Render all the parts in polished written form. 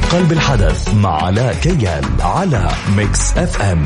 قلب الحدث مع علاء كيال على ميكس اف ام.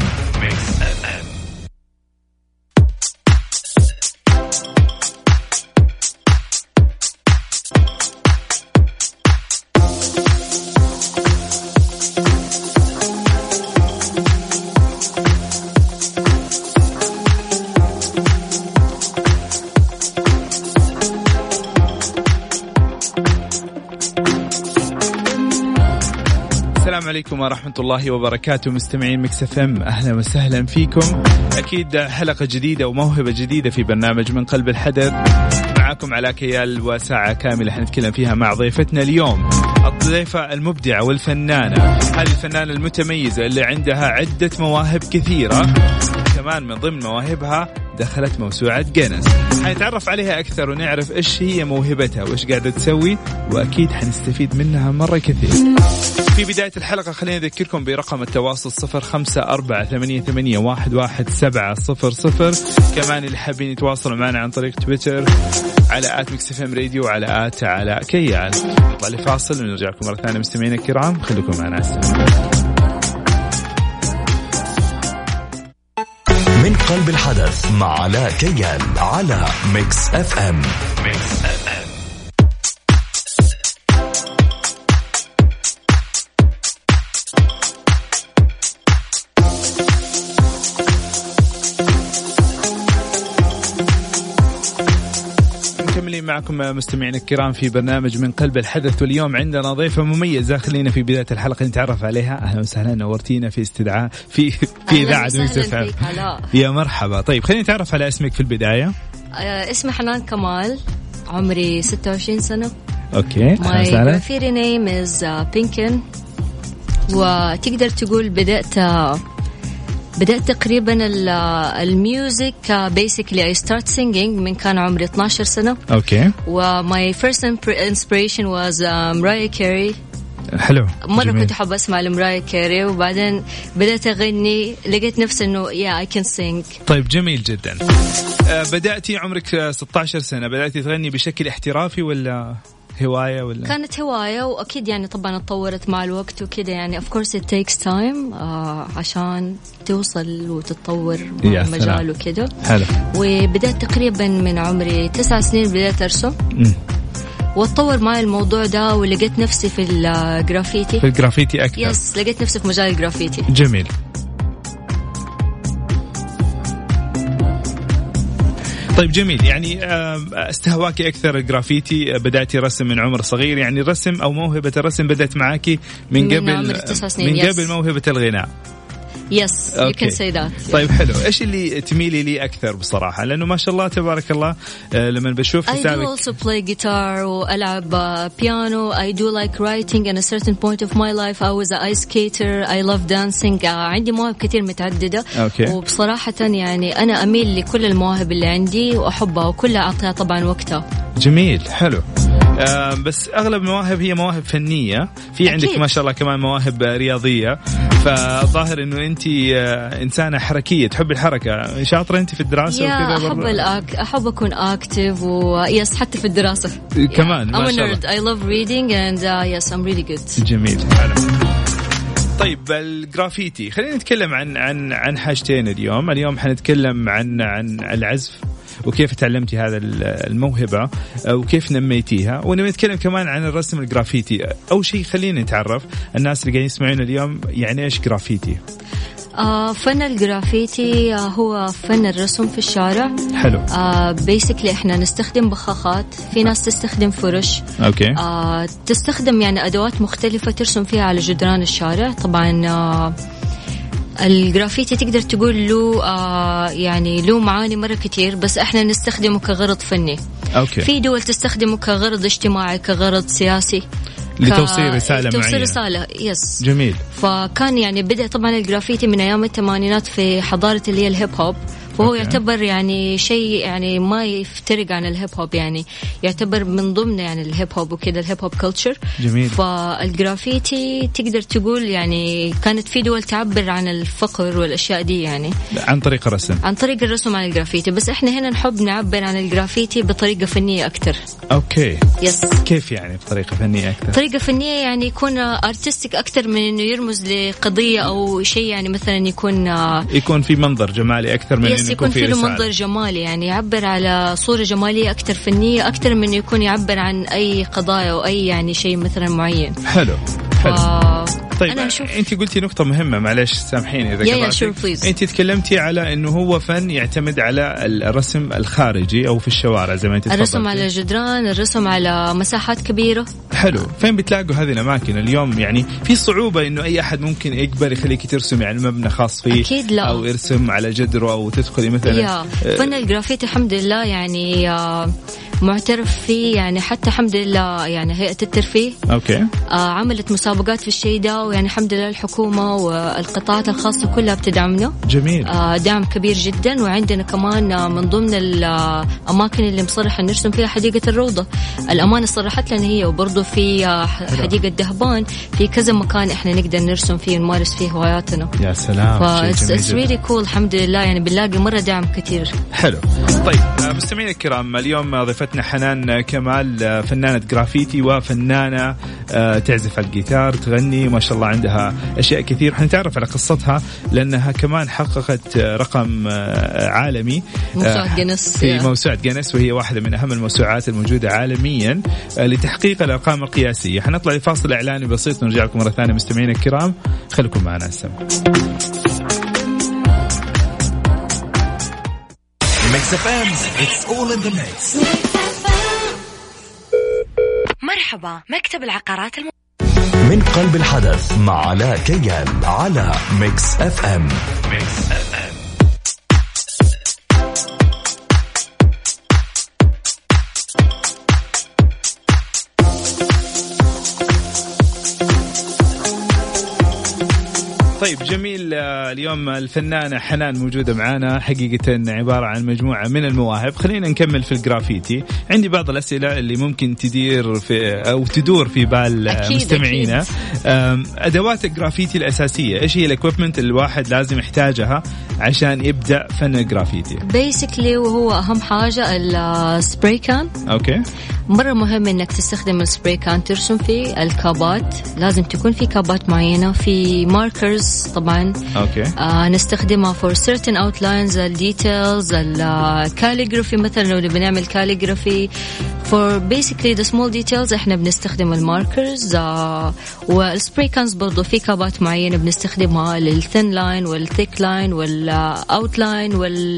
السلام عليكم ورحمة الله وبركاته مستمعين ميكس اف ام، أهلا وسهلا فيكم. أكيد حلقة جديدة وموهبة جديدة في برنامج من قلب الحدث، معكم علاء كيال، وساعة كاملة حنتكلم فيها مع ضيفتنا اليوم، الضيفة المبدعة والفنانة، هذه الفنانة المتميزة اللي عندها عدة مواهب كثيرة، كمان من ضمن مواهبها دخلت موسوعة جينيس. حنتعرف عليها أكثر ونعرف إيش هي موهبتها وإيش قاعدة تسوي، وأكيد حنستفيد منها مرة كثير. في بداية الحلقة خلينا نذكركم برقم التواصل 0548811700. كمان اللي حابين يتواصلوا معنا عن طريق تويتر على @mixfmradio وعلى علاء كيال. نطلع لفاصل ونرجع لكم مرة ثانية مستمعين الكرام، خليكم معنا. من قلب الحدث مع علاء كيال على ميكس اف ام. مكملين معكم مستمعين الكرام في برنامج من قلب الحدث، واليوم عندنا ضيفة مميزة. خلينا في بداية الحلقة نتعرف عليها. أهلا وسهلا، نورتينا في استدعاء في إذاعة ميكس اف ام. يا مرحبا. طيب خلينا نتعرف على اسمك في البداية. اسمي حنان كمال، عمري 26 سنة. اوكي. My graffiti name is Pinkin. وتقدر تقول بدأت تقريبا الميوزك basically I start singing من كان عمري 12 سنة. اوكي. و my first inspiration was Mariah Carey. حلو. مرة جميل. كنت أحب أسمع لمرايا كاري، وبعدين بدأت أغني، لقيت نفسي إنه I can sing. طيب جميل جدا. بدأتي عمرك 16 سنة، بدأتي تغني بشكل احترافي ولا هواية ولا؟ كانت هواية، وأكيد يعني طبعا اتطورت مع الوقت وكده، يعني of course it takes time عشان توصل وتتطور مع المجال وكده. حلو. وبدأت تقريبا من عمري 9 سنين بدأت أرسم. واتطور معي الموضوع ده، ولقيت نفسي في الجرافيتي. في الجرافيتي أكثر. يس، لقيت نفسي في مجال الجرافيتي. جميل. طيب جميل. يعني استهواكي أكثر الجرافيتي، بدأتي رسم من عمر صغير، يعني الرسم أو موهبة الرسم بدأت معاكي من قبل 9 سنين. من قبل موهبة الغناء. Yes, you can say that. طيب حلو. إيش اللي تميلي لي أكثر بصراحة؟ لأنه ما شاء الله تبارك الله لما بشوف حسابك. I do also play guitar وألعب piano. I do like writing. In a certain point of my life I was an ice skater. I love dancing. عندي مواهب كتير متعددة. وبصراحة يعني أنا أميل لكل المواهب اللي عندي وأحبها، وكلها أعطيها طبعا وقتها. جميل. حلو. بس أغلب المواهب هي مواهب فنية، في عندك أكيد. ما شاء الله كمان مواهب رياضية، فظاهر إنه أنت إنسانة حركية، تحب الحركة، شاطرة أنت في الدراسة وكذا. أحب أكون أكتيف، ويس حتى في الدراسة كمان ما I'm a شاء الله. nerd. I love reading and yes I'm really good. جميل. حلو. طيب الجرافيتي، خلينا نتكلم عن حاجتين اليوم حنتكلم عن العزف وكيف تعلمتي هذا الموهبة وكيف نميتيها، ونبي نتكلم كمان عن الرسم الجرافيتي. أول شيء خلينا نتعرف الناس اللي قاعدين يسمعون اليوم يعني إيش جرافيتي. فن الجرافيتي هو فن الرسم في الشارع. حلو. بيسكلي احنا نستخدم بخاخات، في ناس تستخدم فرش. اوكي. تستخدم يعني أدوات مختلفة ترسم فيها على جدران الشارع. طبعا الجرافيتي تقدر تقول له يعني له معاني مرة كتير، بس احنا نستخدمه كغرض فني. أوكي. في دول تستخدمه كغرض اجتماعي، كغرض سياسي، لتوصيل رسالة معينة. توصيل رسالة. يس. جميل. فكان يعني بدأ طبعا الجرافيتي من أيام الثمانينات في حضارة اللي هي الهيب هوب، وهو يعتبر يعني شيء يعني ما يفترق عن الهيب هوب، يعني يعتبر من ضمن يعني الهيب هوب وكذا، الهيب هوب كلتشر. جميل. فالجرافيتي تقدر تقول يعني كانت في دول تعبر عن الفقر والأشياء دي يعني عن طريق الرسم، عن طريق الرسم عن الجرافيتي. بس احنا هنا نحب نعبر عن الجرافيتي بطريقة فنية أكتر. اوكي. يس. كيف يعني بطريقة فنية أكتر؟ طريقة فنية يعني يكون ارتستيك أكتر من إنه يرمز لقضية أو شيء، يعني مثلا يكون في منظر جمالي أكثر من إنه يكون في منظر جمالي، يعني يعبر على صورة جمالية أكثر، فنية أكثر من يكون يعبر عن أي قضايا أو أي يعني شيء مثلا معين. حلو. طيب أنت قلتي نقطة مهمة، معلش سامحيني إذا sure, أنت تكلمتي على إنه هو فن يعتمد على الرسم الخارجي أو في الشوارع زي ما أنت تفضلتي، الرسم على الجدران، الرسم على مساحات كبيرة. حلو. فين بتلاقوا هذه الأماكن اليوم؟ يعني في صعوبة إنه أي أحد ممكن يقبل يخليك ترسم يعني مبنى خاص فيه؟ أكيد لا. أو يرسم على جدره أو تدخلي مثلا. فن الجرافيتي الحمد لله يعني معترف فيه، يعني حتى الحمد لله يعني هيئة الترفيه عملت مسابقات في الشيء ده، ويعني الحمد لله الحكومة والقطاعات الخاصة كلها بتدعمنا. جميل. دعم كبير جدا. وعندنا كمان من ضمن الأماكن اللي مصرح نرسم فيها حديقة الروضة، الأمانة صرحت لنا هي، وبرضه في حديقة دهبان، في كذا مكان إحنا نقدر نرسم فيه ونمارس فيه هواياتنا. يا سلام. it's really cool الحمد لله، يعني بنلاقي مرة دعم كتير. حلو. طيب مستمعين الكرام، اليوم ضيفتنا حنان كمال، فنانة جرافيتي وفنانة تعزف على الجيتار، تغني، ما شاء الله عندها أشياء كثير. حنتعرف على قصتها لأنها كمان حققت رقم عالمي في موسوعة جينيس، وهي واحدة من أهم الموسوعات الموجودة عالميا لتحقيق الأرقام القياسية. حنطلع لفاصل إعلاني بسيط ونرجع لكم مرة ثانية. مستمعين الكرام خليكم معنا السمع. مرحبا، مكتب العقارات من قلب الحدث مع علاء كيال على ميكس اف ام. طيب جميل. اليوم الفنانة حنان موجودة معنا، حقيقة عبارة عن مجموعة من المواهب. خلينا نكمل في الجرافيتي. عندي بعض الأسئلة اللي ممكن تدير في أو تدور في بال مستمعينا. أدوات الجرافيتي الأساسية، إيش هي الإكويبمنت اللي الواحد لازم يحتاجها عشان يبدأ فن الجرافيتي؟ بيسكلي وهو أهم حاجة السبراي كان. أوكي. مرة مهم إنك تستخدم السبراي كان ترسم فيه. الكابات لازم تكون في كابات معينة، في ماركرز طبعا. أوكي. نستخدمها for certain outlines، details، calligraphy مثلا لو بنعمل calligraphy. for basically the small details احنا بنستخدم الماركرز. والسبراي كانز برضو في كابات معينة بنستخدمها للثين لاين والثيك لاين والاوتلاين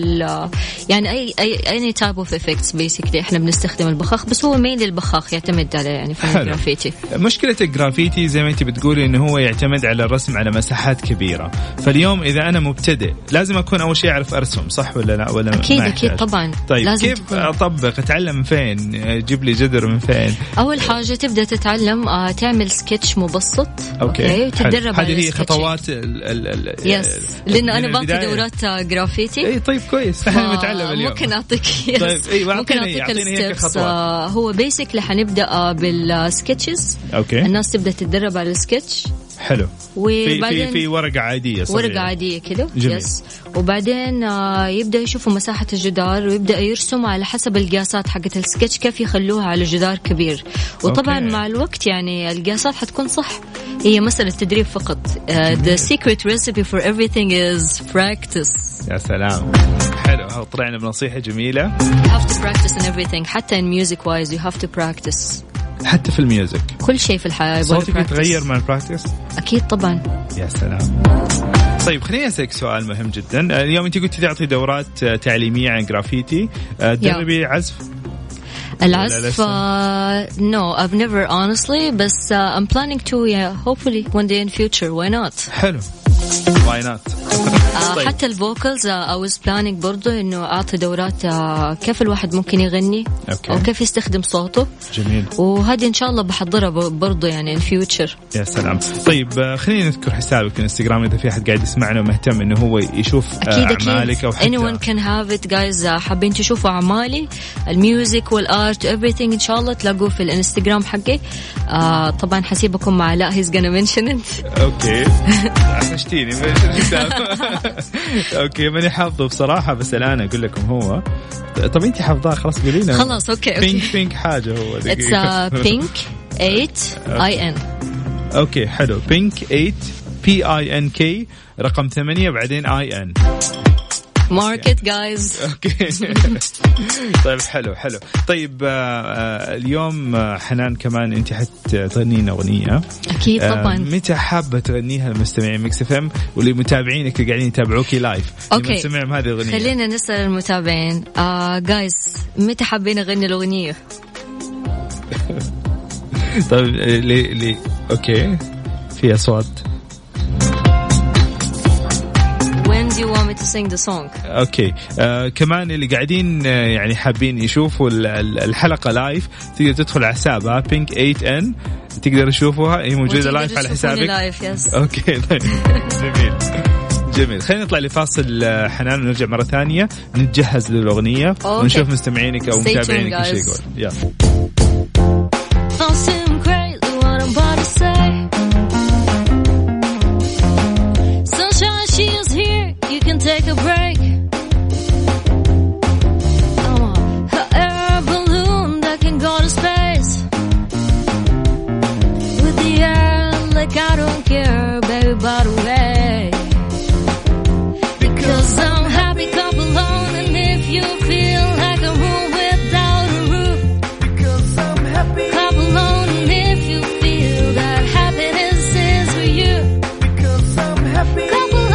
يعني اي type of effects basically احنا بنستخدم البخاخ، بس هو مين البخاخ يعتمد على يعني فن الجرافيتي. مشكلة الجرافيتي زي ما انت بتقولي انه هو يعتمد على الرسم على مساحات كبيرة. فاليوم اذا انا مبتدئ لازم اكون اول شيء اعرف ارسم، صح ولا لا؟ ولا اكيد طبعا. طيب لازم كيف اطبق؟ اتعلم فين؟ جيب لي جدر من فين؟ اول حاجة تبدأ تتعلم تعمل سكتش مبسط. اوكي. تتدرب على هذه هي خطوات يس، لانه انا بعطي دورات جرافيتي. اي طيب كويس. احنا نتعلم اليوم. ممكن اعطيك طيب ممكن اعطيك الستبس. هو بيسك حنبدا بالسكتشز. اوكي. الناس تبدا تتدرب على السكتش. حلو. وبعدين في ورقة عادية صغيرة. ورقة عادية كده. يس. وبعدين يبدأ يشوفوا مساحة الجدار ويبدأ يرسم على حسب القياسات حقت السكتش كيف يخلوها على جدار كبير. وطبعا مع الوقت يعني القياسات حتكون صح، هي مسألة تدريب فقط. The secret recipe for everything is practice. يا سلام، حلو. طلعنا بنصيحة جميلة. You have to practice in everything، حتى in music wise you have to practice. حتى في الميوزك، كل شيء في الحياة صوتك يتغير مع البراكتس. أكيد طبعا. يا سلام. طيب خليني أسألك سؤال مهم جدا. اليوم أنت قلتي تعطي دورات تعليمية عن جرافيتي، تدربي عزف؟ العزف no I've never honestly بس I'm planning to hopefully one day in future. why not. حلو. why not. طيب. حتى الفوكالز I was planning برضو إنه أعطي دورات كيف الواحد ممكن يغني أو كيف يستخدم صوته. جميل. وهذه إن شاء الله بحضرها برضو يعني in future. يا سلام. طيب خلينا نذكر حسابك في الانستغرام إذا في أحد قاعد يسمعنا ومهتم إنه هو يشوف أعمالك أو حتى anyone can have it guys. حابين تشوفوا أعمالي الميوزك والآرت everything إن شاء الله تلاقوه في الانستغرام حقي. طبعا حسيبكم مع علاء he's gonna mention it. أوكي. عشتيني اوكي ماني حافظه بصراحه بس الان اقول لكم هو. طب انت حافظاه خلاص قولينا. خلاص اوكي بينك حاجه هو اتس بينك 8 اي ان. اوكي حلو بينك 8 PINK رقم 8 بعدين IN. ماركت جايز. اوكي. طيب حلو. طيب اليوم حنان كمان انت حتغنينا اغنيه. اكيد طبعا. متى حابه تغنيها للمستمعين ميكس اف ام واللي متابعينك اللي قاعدين يتابعوكي لايف؟ اوكي نسمعهم هذه الاغنيه. خلينا نسال المتابعين جايز متى حابين اغني الاغنيه؟ طيب لي اوكي في اصوات. When do you want me to sing the song? اوكي كمان اللي قاعدين يعني حابين يشوفوا الحلقه لايف تقدر تدخل على حسابها Pink 8N تقدر تشوفوها هي موجوده لايف على حسابك. لايف يس. اوكي جميل. خلينا نطلع لفاصل حنان ونرجع مره ثانيه نتجهز للاغنيه ونشوف مستمعينك او متابعينك ايش يقول. يلا. Take a break. Her air balloon that can go to space with the air like I don't care, baby, by the way. Because I'm happy, clap along, and if you feel like a room without a roof, because I'm happy, clap along, and if you feel that happiness is for you, because I'm happy.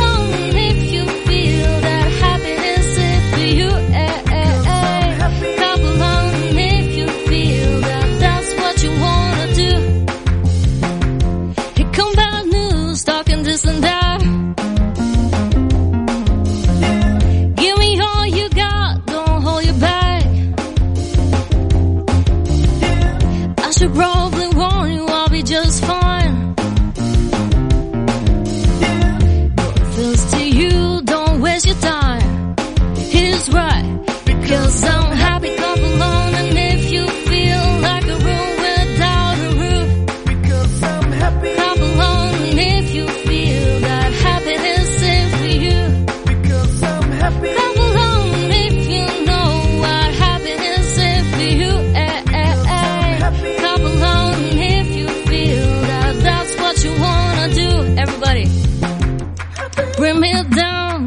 Bring me down,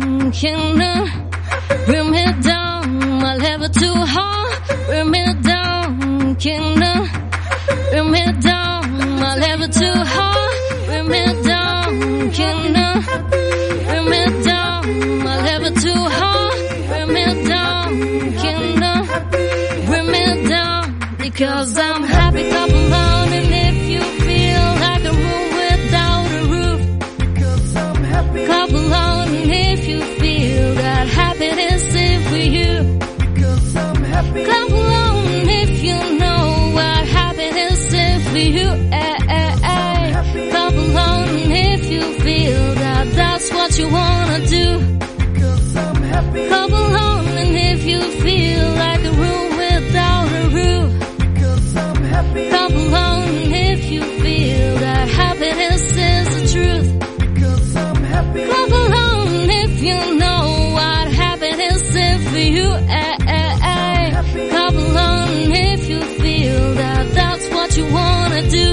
bring me down, my level too high. Bring me down, bring me down, my level too high. Bring me down, bring me down, my level too high. Bring me down, bring me down, because I'm happy, clap along, and if you feel like a room without a roof, because I'm happy, clap along, and if you feel that happiness is for you, because I'm happy, clap along, and if you know what happiness is for you, clap along, and if you feel that that's what you wanna do, because I'm happy, clap along, and if you feel like a room without a roof, because I'm happy, clap along, and if you feel that happiness is the truth, because I'm happy, clap along, and if you know what happiness is for you, clap along, and if you feel that that's what you wanna do.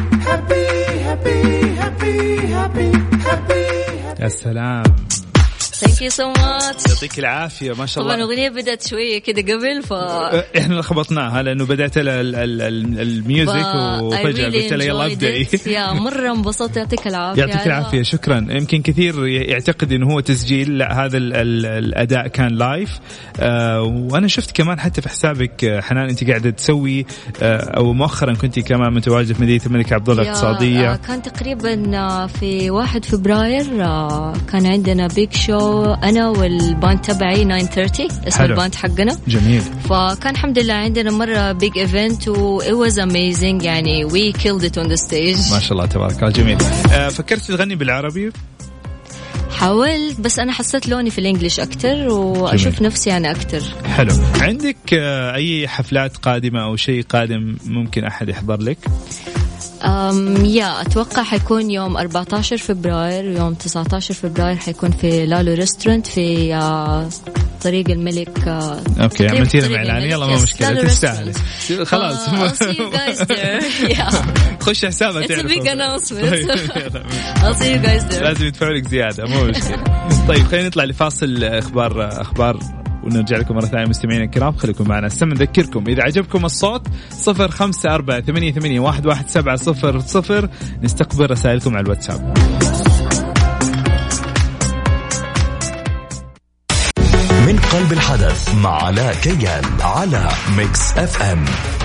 يا سلام Thank you so much. يعطيك العافية ما شاء الله. طبعا الأغنية بدأت شوية كده قبل إحنا خبطناها لأنه بدأت الميوزك وفجأة قلت له يلا ابدأي. يا مرة انبسطت. يعطيك العافية. يعطيك العافية شكرا. يمكن كثير يعتقد إنه هو تسجيل، لا هذا الأداء كان لايف. وأنا شفت كمان حتى في حسابك حنان أنت قاعدة تسوي أو مؤخرا كنت كمان متواجد في مدينة الملك عبدالله الاقتصادية. كان تقريبا في 1 فبراير كان عندنا بيج شو أنا والباند تبعي 930 اسم الباند حقنا. جميل. فكان الحمد لله عندنا مرة big event و it was amazing يعني we killed it on the stage. ما شاء الله تبارك الله. جميل. فكرت تغني بالعربي؟ حاولت بس أنا حسيت لوني في الإنجليش أكتر وأشوف جميل. نفسي أنا أكتر. حلو. عندك أي حفلات قادمة أو شيء قادم ممكن أحد يحضر لك؟ أتوقع حيكون يوم 14 فبراير ويوم 19 فبراير حيكون في لالو ريستورانت في طريق الملك. أوكي عملتي لنا إعلان. يلا ما مشكلة تستاهل خلاص. I'll see you guys there. خش حسابها تعرف. It's a big announcement. I'll see you guys there. لازم يدفعوا لك زيادة مو مشكلة. طيب خلينا نطلع لفاصل أخبار ونرجع لكم مرة ثانية. مستمعين الكرام خليكم معنا. استمع نذكركم إذا عجبكم الصوت 0548811700 نستقبل رسائلكم على الواتساب. من قلب الحدث مع علاء كيان على ميكس اف ام.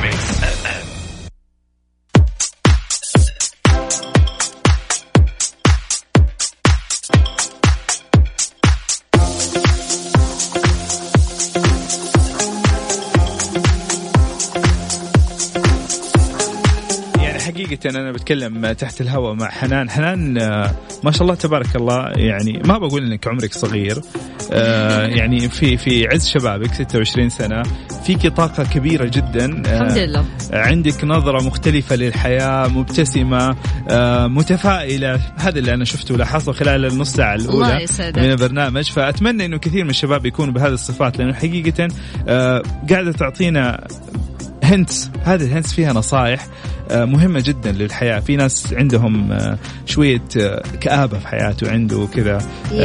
أنا بتكلم تحت الهواء مع حنان ما شاء الله تبارك الله. يعني ما بقول إنك عمرك صغير، يعني في عز شبابك 26 سنة، فيك طاقة كبيرة جدا. الحمد لله. عندك نظرة مختلفة للحياة، مبتسمة، متفائلة. هذا اللي أنا شفته ولاحظته خلال النص ساعة الأولى من البرنامج. فأتمنى إنه كثير من الشباب يكونوا بهذه الصفات، لأنه حقيقة قاعدة تعطينا هنتس. هذه الهنتس فيها نصائح مهمة جدا للحياة. في ناس عندهم شوية كآبة في حياته، عنده كذا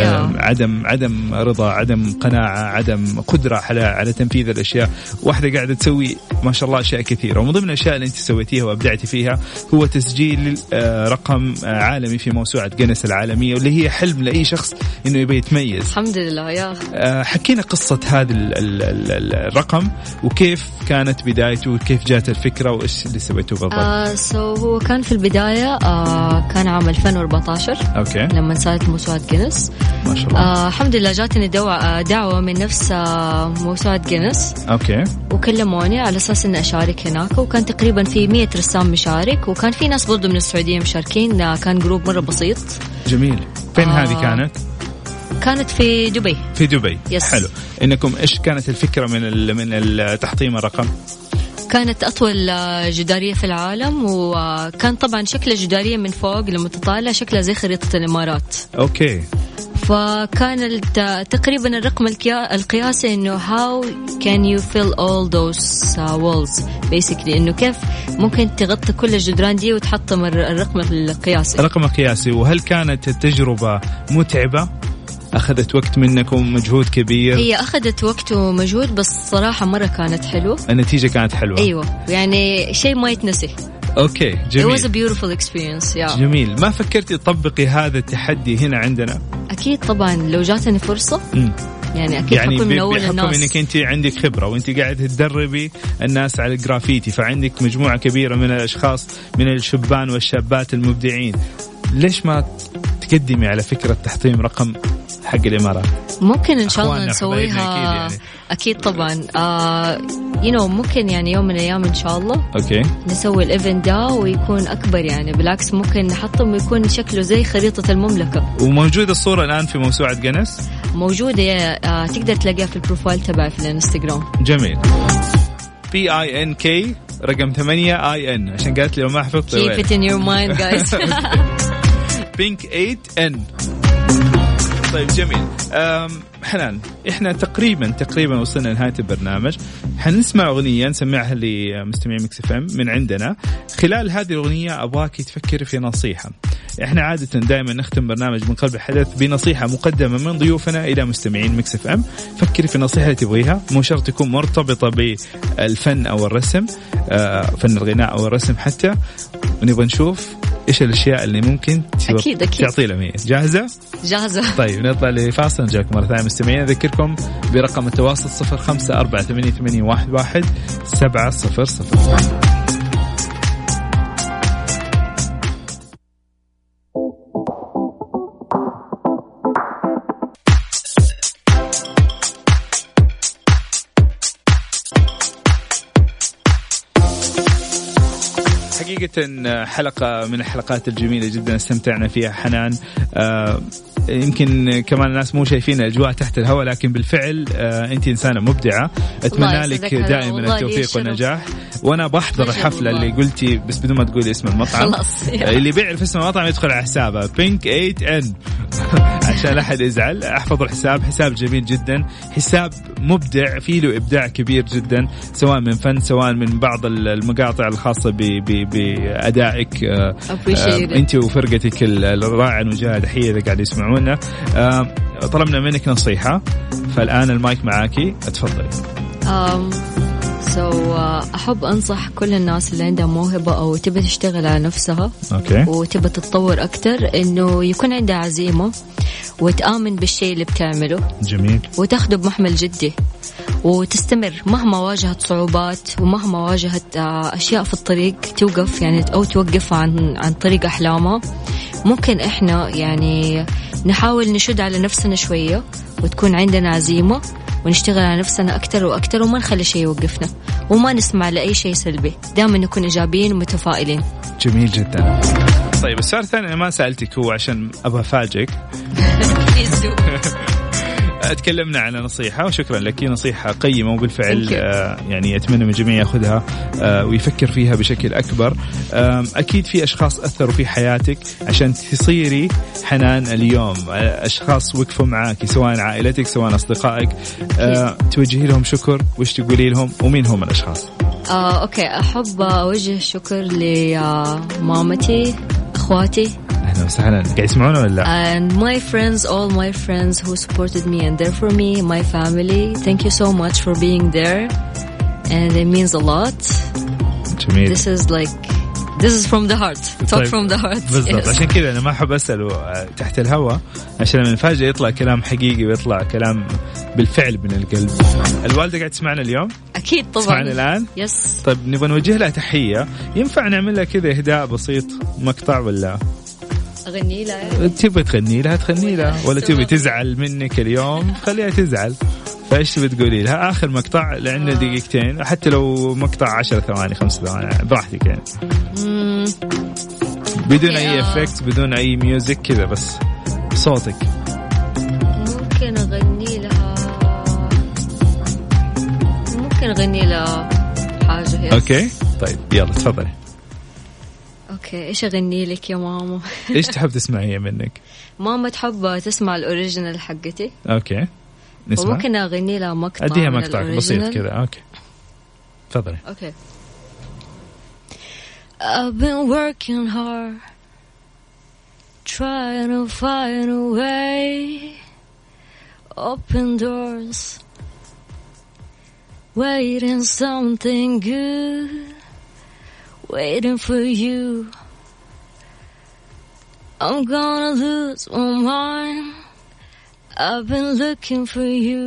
عدم رضا، عدم قناعة، عدم قدرة على تنفيذ الأشياء. واحدة قاعدة تسوي ما شاء الله أشياء كثيرة، ومن ضمن الأشياء اللي أنت سويتيها وأبدعتي فيها هو تسجيل رقم عالمي في موسوعة جينيس العالمية، واللي هي حلم لأي شخص إنه يبي يتميز. الحمد لله. يا حكينا قصة هذا الرقم وكيف كانت بدايته وكيف جات الفكرة وإيش اللي سويته بالضبط. هو كان في البداية كان عام 2014. أوكي. لما صارت موسوعة جينيس ما شاء الله. الحمد لله جاتني دعوة من نفس موسوعة جينيس. أوكي. وكلموني على أساس إني أشارك هناك، وكان تقريبا في 100 رسام مشارك، وكان في ناس برضو من السعودية مشاركين. كان جروب مرة بسيط. جميل. فين هذه كانت؟ كانت في دبي. في دبي. يس. حلو. إنكم إيش كانت الفكرة من التحطيم الرقم؟ كانت أطول جدارية في العالم، وكان طبعا شكل جدارية من فوق لما تطالع شكلها زي خريطة الإمارات. أوكي. فكان تقريبا الرقم القياسي إنه how can you fill all those walls basically، إنه كيف ممكن تغطي كل الجدران دي وتحطم الرقم القياسي. الرقم القياسي. وهل كانت التجربة متعبة؟ أخذت وقت منكم مجهود كبير؟ هي أخذت وقت ومجهود، بس صراحة مرة كانت حلوة. النتيجة كانت حلوة. أيوة يعني شيء ما يتنسي. أوكي جميل. It was a beautiful experience. جميل. ما فكرتي تطبقي هذا التحدي هنا عندنا؟ أكيد طبعا لو جاتني فرصة. يعني أكيد حكون من أول الناس. بحكم إنك أنت عندك خبرة وأنت قاعدة تدربي الناس على الجرافيتي، فعندك مجموعة كبيرة من الأشخاص من الشبان والشابات المبدعين، ليش ما تقدمي على فكرة تحطيم رقم حق الإمارات؟ ممكن إن شاء الله نسويها. يعني. أكيد طبعا. ممكن يعني يوم من الأيام إن شاء الله. أوكي. نسوي الإيفنت ده ويكون أكبر، يعني بالعكس ممكن نحطم ويكون شكله زي خريطة المملكة. وموجودة الصورة الآن في موسوعة جينيس؟ موجودة. تقدر تلاقيها في البروفايل تبعي في الانستغرام. جميل. PINK رقم 8 عشان قالت لي لو ما حفظت. Keep it in your mind guys. Pink 8N. طيب جميل. حنان احنا تقريبا وصلنا لنهاية البرنامج. حنسمع أغنية نسمعها لمستمعين ميكس اف ام من عندنا. خلال هذه الأغنية أبغاك تفكر في نصيحة. احنا عادة دائما نختم برنامج من قلب الحدث بنصيحة مقدمة من ضيوفنا إلى مستمعين ميكس اف ام. فكري في النصيحة اللي تبغيها، مو شرط تكون مرتبطة بالفن أو الرسم، فن الغناء أو الرسم حتى. ونبغى نشوف إيش الأشياء اللي ممكن تعطي لمية. جاهزة؟ جاهزة. طيب نطلع لفاصل نجاكم مرة ثانية مستمعين. أذكركم برقم التواصل 0548811700. حقيقة حلقة من الحلقات الجميلة جدا استمتعنا فيها حنان. يمكن كمان الناس مو شايفين الأجواء تحت الهواء، لكن بالفعل أنت إنسانة مبدعة. أتمنى لك دائما التوفيق والنجاح. وأنا بحضر الحفلة اللي قلتي بس بدون ما تقولي اسم المطعم. اللي بيعرف اسم المطعم يدخل على حسابه Pink 8N عشان لا أحد يزعل. أحفظ الحساب، حساب جميل جدا، حساب مبدع فيه له إبداع كبير جدا، سواء من فن سواء من بعض المقاطع الخاصة بأدائك أنت وفرقتك الرائعة المجاهدة. تحية إذا قاعد يسمعونا. طلبنا منك نصيحة، فالآن المايك معاكي، اتفضلي. أحب أنصح كل الناس اللي عندها موهبة أو تبي تشتغل على نفسها وتبي تتطور أكتر، إنه يكون عندها عزيمة وتآمن بالشيء اللي بتعمله. جميل. وتاخده بمحمل جدي وتستمر مهما واجهت صعوبات ومهما واجهت أشياء في الطريق توقف يعني أو توقف عن طريق أحلامها. ممكن إحنا يعني نحاول نشد على نفسنا شوية وتكون عندنا عزيمة ونشتغل على نفسنا أكتر وأكتر وما نخلي شيء يوقفنا وما نسمع لأي شيء سلبي، دائما نكون إيجابيين ومتفائلين. جميل جدا. طيب السؤال الثاني أنا ما سألتك هو عشان أبغى أفاجئك. تكلمنا عن نصيحة وشكرا لك، نصيحة قيمة وبالفعل يعني أتمنى من الجميع يأخذها ويفكر فيها بشكل أكبر. أكيد في أشخاص أثروا في حياتك عشان تصيري حنان اليوم، أشخاص وقفوا معاك سواء عائلتك سواء أصدقائك. توجهي لهم شكر، وش تقولي لهم ومين هم الأشخاص؟ أوكي، أحب أوجه الشكر لمامتي، أخواتي. أهلا وسهلا. قاعد يسمعونا ولا؟ And my friends, all my friends who supported me and there for me, my family. Thank you so much for being there, and it means a lot. جميل. This is from the heart. Talk from the heart. بالضبط. عشان كذا أنا ما أحب أسأله تحت الهواء عشان لما نفاجئ يطلع كلام حقيقي ويطلع كلام بالفعل من القلب. الوالدة قاعد تسمعنا اليوم؟ أكيد طبعا. تسمعنا الآن؟ يس. طيب نبغى نوجه لها تحية، ينفع نعمل لها كذا إهداء بسيط مقطع ولا؟ أغني لها. تبغى تغني لها ولا تبغى تزعل منك اليوم؟ خليها تزعل. فايش بتقولي لها؟ آخر مقطع لعنا دقيقتين، حتى لو مقطع 10 ثواني 5 ثواني براحتك يعني. بدون أي إفكت بدون أي ميوزك كذا بس صوتك. ممكن أغني لها حاجة. أوكي طيب يلا تفضلي. أوكي إيش أغني لك يا ماما؟ إيش تحب تسمعيه منك؟ ماما تحب تسمع الأوريجينال حقتي. أوكي نسمع. وممكن أغني لها مقطع. أديها مقطع بسيط كذا. أوكي تفضلي. أوكي. I've been working hard trying to find a way, open doors, waiting something good, waiting for you. I'm gonna lose my mind, I've been looking for you.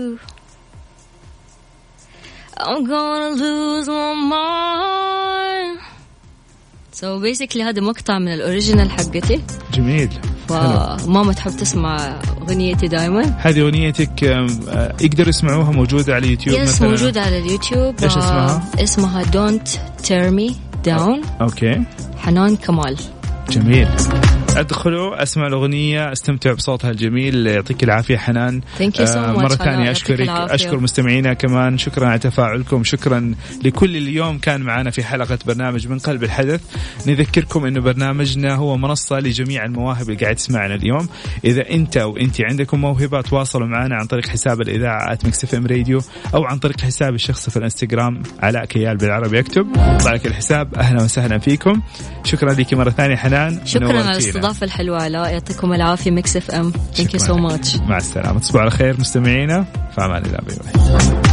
I'm gonna lose my mind. So basically هذا مقطع من الأوريجينال حقتي. جميل. فماما تحب تسمع أغنيتي دائما. هذه أغنيتك يقدروا يسمعوها موجودة على اليوتيوب مثلا؟ موجودة على اليوتيوب. إيش اسمها؟ اسمها Don't Tear Me Down. أوكي. حنان كمال. جميل. ادخلوا اسمع الأغنية، استمتعوا بصوتها الجميل. يعطيك العافية حنان. مرة ثانية أشكر مستمعينا كمان، شكرا على تفاعلكم، شكرا لكل اليوم كان معنا في حلقة برنامج من قلب الحدث. نذكركم إنه برنامجنا هو منصة لجميع المواهب اللي قاعد تسمعنا اليوم. إذا أنت أو أنت عندكم موهبة تواصلوا معنا عن طريق حساب الإذاعة @mixfm radio أو عن طريق حساب الشخصي في الانستغرام علاء كيال بالعربي يكتب يطلع لك الحساب. أهلا وسهلا فيكم، شكرا لك مرة ثانية حنان، شكرا على الاستضافة الحلوة علاء، يعطيكم العافية. ميكس اف ام. Thank you so much. مع السلامة، تصبحوا على خير مستمعينا، في أمان الله.